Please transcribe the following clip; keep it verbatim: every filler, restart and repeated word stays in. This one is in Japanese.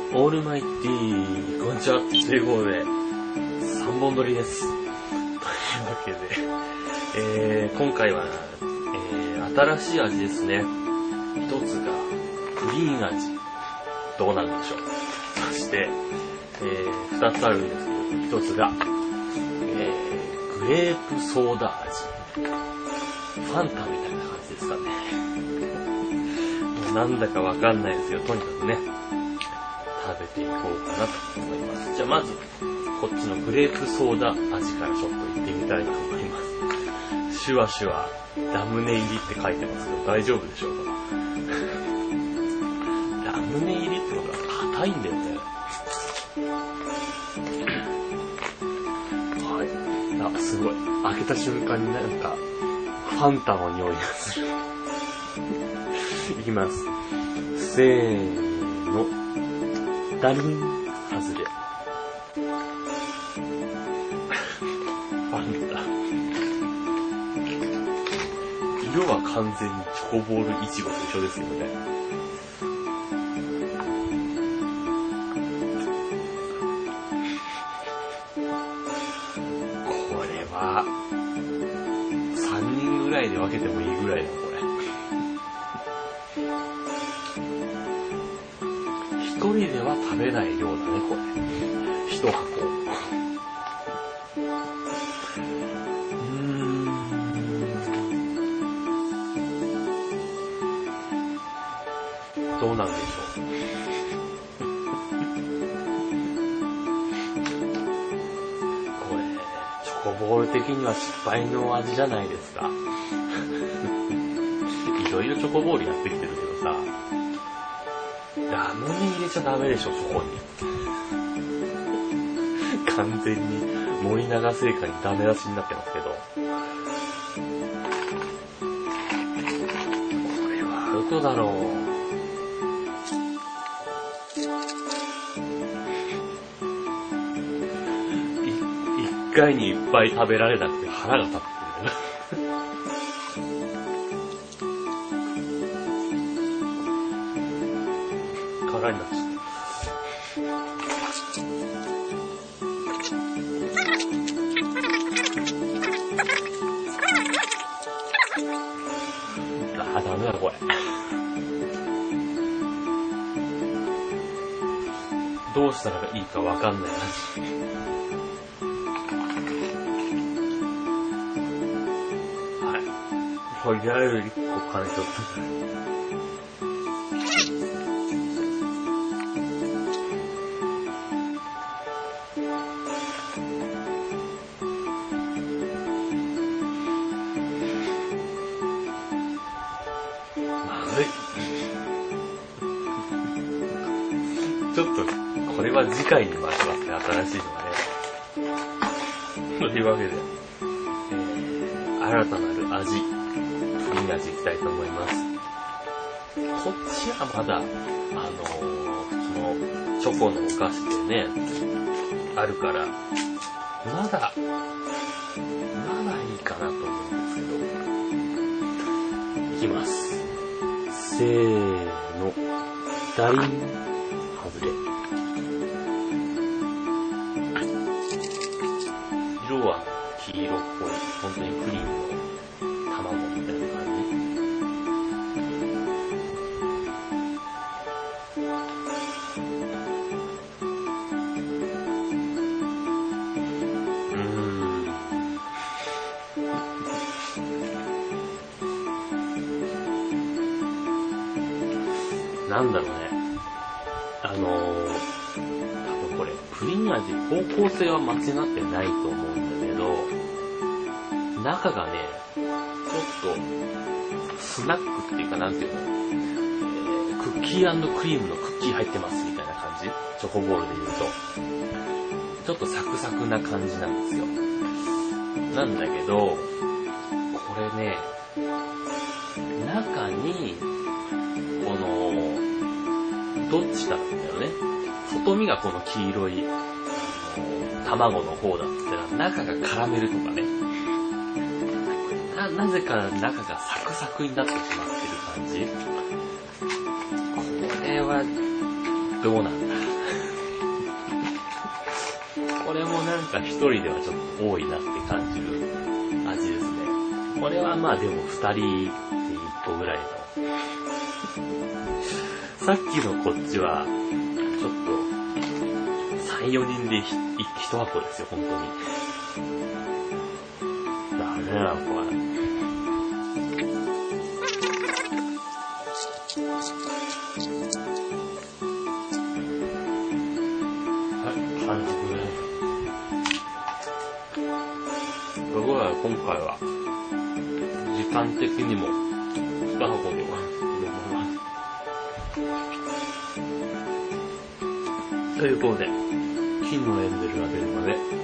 オールマイティー、こんにちは。ということで、さんぼん撮りです。というわけで、えー、今回は、えー、新しい味ですね。一つが、グリーン味。どうなんでしょう。そして、えー、二つあるんですけど、一つが、えー、グレープソーダ味。ファンタみたいな感じですかね。もうなんだかわかんないですよ。とにかくね。食べていこうかなと思います。じゃあまずこっちのグレープソーダ味からちょっと行ってみたいと思います。シュワシュワラムネ入りって書いてますけど大丈夫でしょうか。ラムネ入りってことは硬いんだよね。はい。あ、すごい。開けた瞬間になんかファンタの匂いがする。いきます。せーの。ダリン外れ。ファンタ。色は完全にチョコボールイチゴと一緒ですよね。これはさんにんぐらいで分けてもいいぐらいだ、これ。一人では食べない量だね、これ。一箱。うーん。どうなんでしょう。これ、チョコボール的には失敗の味じゃないですか。いろいろチョコボールやってきてるけどさ、ラムネ入れちゃダメでしょ、そこに。完全に森永製菓にダメ出しになってますけど。これはアウトだろう。い、一回にいっぱい食べられなくて腹が立ってくる。空になっちゃった。あ、ダメだこれ。どうしたらいいかわかんない味。はい。とりあえず一個金取って。ちょっとこれは次回に回しますね、新しいのがね。というわけで、えー、新たなる味、プリン味いきたいと思います。こっちはまだ、あのー、普通のチョコのお菓子でね、あるから、まだ、まだいいかなと思うんですけど、いきます。せーの、ダリン。外れ。色は黄色っぽい、本当にクリームの卵みたいな感じ。うーん。なんだろうね。あのー、多分これ、プリン味、方向性は間違ってないと思うんだけど、中がね、ちょっと、スナックっていうかなんていうの、えー、クッキー&クリームのクッキー入ってますみたいな感じ？チョコボールで言うと。ちょっとサクサクな感じなんですよ。なんだけど、これね、中に、この、どっちかなんだよね。外見がこの黄色い、あの、卵の方だったら、中がカラメルとかね。な、なぜか中がサクサクになってしまってる感じ。これは、どうなんだこれもなんか一人ではちょっと多いなって感じる味ですね。これはまあでも二人で一個ぐらいの。さっきのこっちは、ちょっと、三、四人で一箱ですよ、本当に。ダメだな、これ。はい、完食です。ところが今回は、時間的にも、二箱では、ということで、金のエンゼルが出るまで、